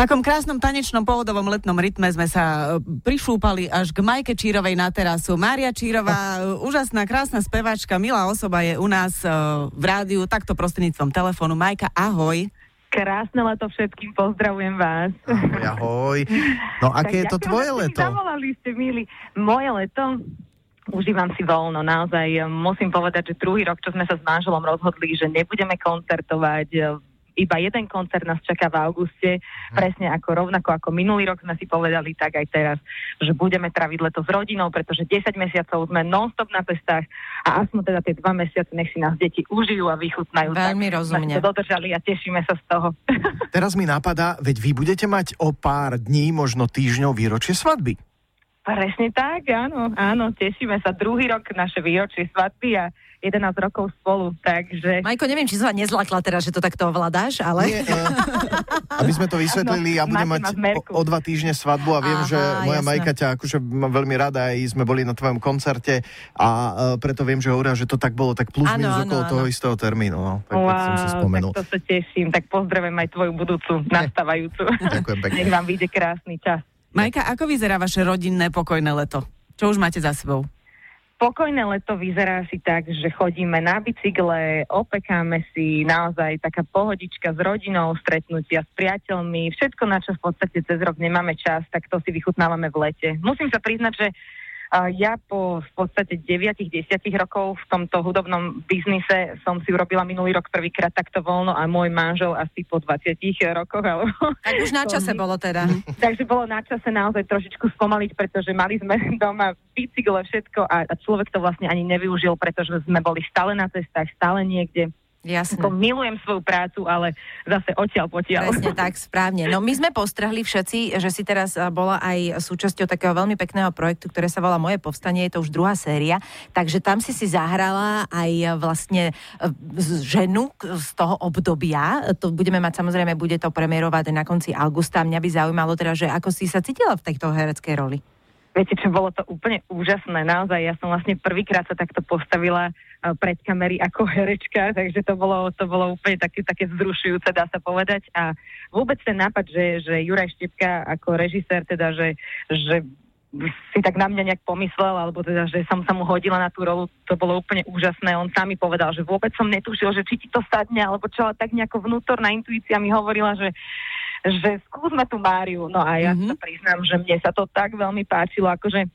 takom krásnom tanečnom pohodovom letnom rytme sme sa prišúpali až k Majke Čírovej na terasu. Mária Čírová, úžasná, krásna speváčka, milá osoba je u nás v rádiu, takto prostredníctvom telefónu. Majka, ahoj. Krásne leto všetkým, pozdravujem vás. Ahoj. No aké je to tvoje leto? Zavolali ste, milí. Moje leto? Užívam si voľno, naozaj. Musím povedať, že druhý rok, čo sme sa s manželom rozhodli, že nebudeme koncertovať, iba jeden koncert nás čaká v auguste, presne rovnako ako minulý rok sme si povedali, tak aj teraz, že budeme traviť leto s rodinou, pretože 10 mesiacov sme non-stop na cestách a aspoň teda tie 2 mesiace nech si nás deti užijú a vychutnajú. Veľmi rozumne. Sme to dodržali a tešíme sa z toho. Teraz mi napadá, veď vy budete mať o pár dní, možno týždňov výročie svadby. Presne tak, áno, tešíme sa. Druhý rok naše výročie svadby a 11 rokov spolu, takže... Majko, neviem, či som sa nezlakla teraz, že to takto ovládáš, ale... Nie, aby sme to vysvetlili, ja budem mať o 2 týždne svadbu a viem, že moja Majka ťa akože má veľmi rada, aj sme boli na tvojom koncerte a preto viem, že hovorí, že to tak bolo tak plus minus okolo toho istého termínu. No, tak som si spomenul. Tak to sa teším, tak pozdravujem aj tvoju budúcu, nastávajúcu. Ďakujem pekne. Nech vám vyjde krásny čas. Majka, ako vyzerá vaše rodinné pokojné leto? Čo už máte za sebou? Pokojné leto vyzerá si tak, že chodíme na bicykle, opekáme si, naozaj taká pohodička s rodinou, stretnutia s priateľmi, všetko, na čo v podstate cez rok nemáme čas, tak to si vychutnávame v lete. Musím sa priznať, že ja po v podstate 9-10 rokov v tomto hudobnom biznise som si urobila minulý rok prvýkrát takto voľno a môj manžel asi po 20 rokoch. Tak už na čase bolo teda. Takže bolo na čase naozaj trošičku spomaliť, pretože mali sme doma bicykle, všetko a človek to vlastne ani nevyužil, pretože sme boli stále na cestách, stále niekde. Jasné. Milujem svoju prácu, ale zase odtiaľ potiaľ. Presne tak, správne. No my sme postrhli všetci, že si teraz bola aj súčasťou takého veľmi pekného projektu, ktoré sa volá Moje povstanie, je to už 2. séria, takže tam si zahrala aj vlastne ženu z toho obdobia. To budeme mať samozrejme, bude to premiérovať na konci augusta. Mňa by zaujímalo teda, že ako si sa cítila v tejto hereckej roli? Viete čo, bolo to úplne úžasné, naozaj. Ja som vlastne prvýkrát sa takto postavila pred kamery ako herečka, takže to bolo úplne také vzrušujúce, dá sa povedať. A vôbec ten nápad, že Juraj Štepka ako režisér, teda, že si tak na mňa nejak pomyslel, alebo teda, že som sa mu hodila na tú rolu, to bolo úplne úžasné. On sám mi povedal, že vôbec som netušil, že či ti to sadne, alebo čo, tak nejako vnútorná intuícia mi hovorila, že skúsme tú Máriu. No a ja sa priznám, že mne sa to tak veľmi páčilo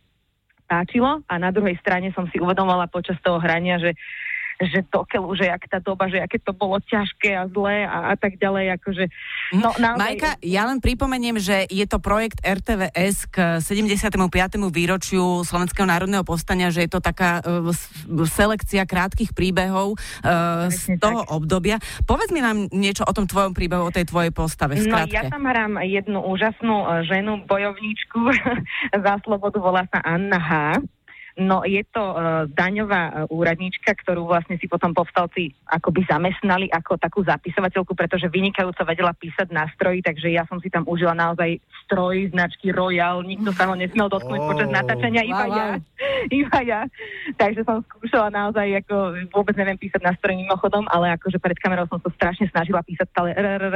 a na druhej strane som si uvedomovala počas toho hrania, že dokeľu, že jak tá doba, že aké to bolo ťažké a zlé a tak ďalej, akože... No, naozaj... Majka, ja len pripomeniem, že je to projekt RTVS k 75. výročiu Slovenského národného povstania, že je to taká selekcia krátkych príbehov z toho obdobia. Povedz mi nám niečo o tom tvojom príbehu, o tej tvojej postave, skrátke. No, ja tam hrám jednu úžasnú ženu, bojovníčku za slobodu, volá sa Anna H. No je to daňová úradníčka, ktorú vlastne si potom povstalci akoby zamestnali ako takú zapisovateľku, pretože vynikajúco vedela písať na stroji, takže ja som si tam užila naozaj stroj značky Royal, nikto sa ho nesmel dotknúť počas natáčania, iba ja. Takže som skúšala naozaj, ako vôbec neviem písať na stroji mimochodom, ale akože pred kamerou som sa strašne snažila písať stále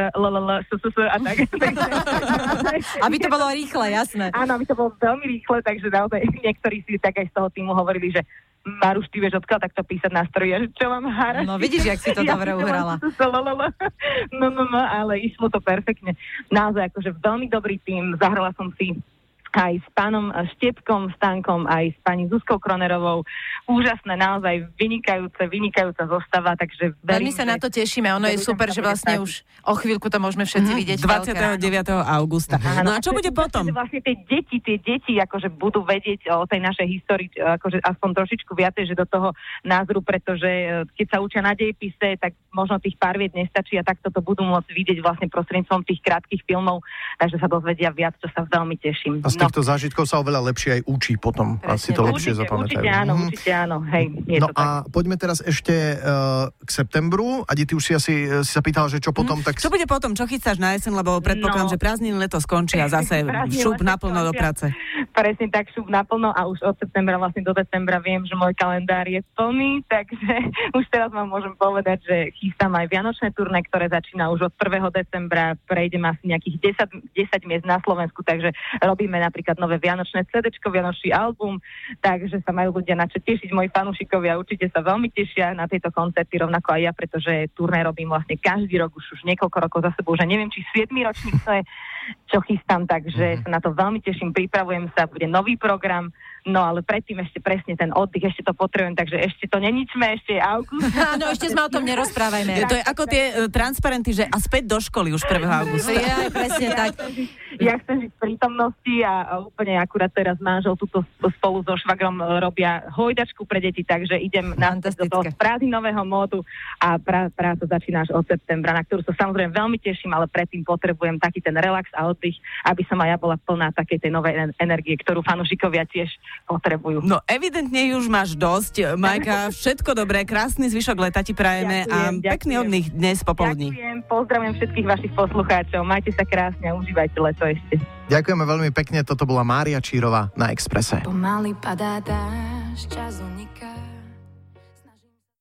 a tak. Aby to bolo rýchle, jasné. Áno, aby to bolo veľmi rýchle, takže naozaj niektorí si tak aj z toho týmu hovorili, že Maruš, ty vieš odkiaľ takto písať na stroji, že čo mám hara. No vidíš, jak si to dobre uhrala. No, ale išlo to perfektne. Naozaj, akože veľmi dobrý tým, zahrala som si aj s pánom Štepkom, Stankom, aj s pani Zuzkou Kronerovou. Úžasné, naozaj vynikajúca zostava, takže veľmi sa na to tešíme. Ono je super, že vlastne už o chvíľku to môžeme všetci vidieť. 29. augusta. No a čo bude potom? Vlastne tie deti akože budú vedieť o tej našej histórii akože aspoň trošičku viacej, že do toho názoru, pretože keď sa učia na dejepise, tak možno tých pár vied nestačí a takto to budú môcť vidieť vlastne prostredníctvom tých krátkych filmov, takže sa dozvedia viac, čo sa veľmi teším. týchto zážitkov sa oveľa lepšie aj učí potom. Asi to lepšie zapamätajú. Určite áno, hej. No a poďme teraz ešte k septembru. Adi, ty už si sa pýtal, že čo potom, tak... Čo bude potom? Čo chystáš na jeseň? Lebo predpokladám, že prázdniny leto skončí a zase šup naplno do práce. Presne tak, šup naplno a už od septembra vlastne do decembra viem, že môj kalendár je plný, takže už teraz vám môžem povedať, že chystám aj vianočné turné, ktoré začína už od 1. decembra. Prejdem asi nejakých 10 miest na Slovensku, takže robíme napríklad nové vianočné CDčko, vianočný album, takže sa majú ľudia na čo tešiť. Moji fanúšikovia určite sa veľmi tešia na tieto koncerty, rovnako aj ja, pretože turné robím vlastne každý rok, už niekoľko rokov za sebou, že neviem, či 7. ročník to je, čo chystám, takže sa na to veľmi teším, pripravujem sa, bude nový program, no ale predtým ešte presne ten oddych, ešte to potrebujem, takže ešte to neničme, ešte je august. Áno, ešte sme o tom nerozprávajme. To je ako tie transparenty, že a späť do školy už 1. augusta. Ja, presne tak. Ja chcem žiť v prítomnosti a úplne akurát teraz manžel tuto spolu so švagrom robia hojdačku pre deti, takže idem do toho prázdninového módu a práca začína až od septembra, na ktorú sa samozrejme veľmi teším, ale predtým potrebujem taký ten relax a oddych, aby som aj ja bola plná takej tej novej energie, ktorú fanúšikovia tiež potrebujú. No evidentne už máš dosť. Majka, všetko dobré, krásny zvyšok leta ti prajeme a pekný oddych dnes popoludní. Ďakujem, pozdravujem všetkých vašich poslucháčov, majte sa krásne a užívajte leto ešte. Ďakujeme veľmi pekne, toto bola Mária Čírová na Expresse. Pomaly padá dážď, čas uniká.